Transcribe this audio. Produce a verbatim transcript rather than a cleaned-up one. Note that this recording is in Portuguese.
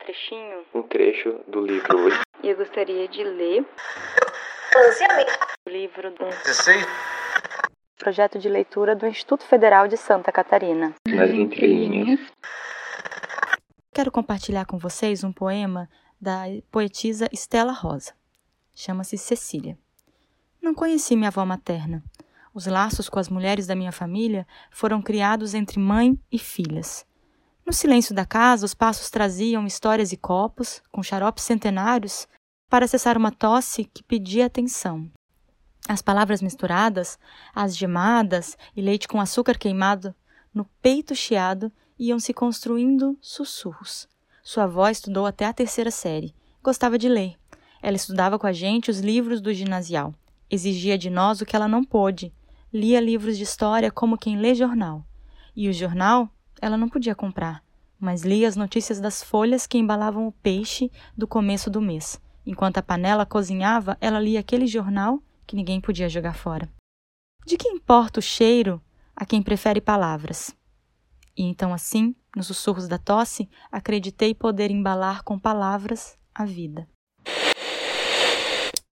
trechinho, um trecho do livro hoje. e eu gostaria de ler o livro do projeto de leitura do Instituto Federal de Santa Catarina. Nas entrelinhas. Quero compartilhar com vocês um poema da poetisa Estela Rosa. Chama-se Cecília. Não conheci minha avó materna. Os laços com as mulheres da minha família foram criados entre mãe e filhas. No silêncio da casa, os passos traziam histórias e copos, com xaropes centenários, para cessar uma tosse que pedia atenção. As palavras misturadas, as gemadas e leite com açúcar queimado, no peito chiado, iam se construindo sussurros. Sua avó estudou até a terceira série. Gostava de ler. Ela estudava com a gente os livros do ginasial. Exigia de nós o que ela não pôde. Lia livros de história como quem lê jornal. E o jornal ela não podia comprar, mas lia as notícias das folhas que embalavam o peixe do começo do mês. Enquanto a panela cozinhava, ela lia aquele jornal que ninguém podia jogar fora. De que importa o cheiro a quem prefere palavras? E então assim, nos sussurros da tosse, acreditei poder embalar com palavras a vida.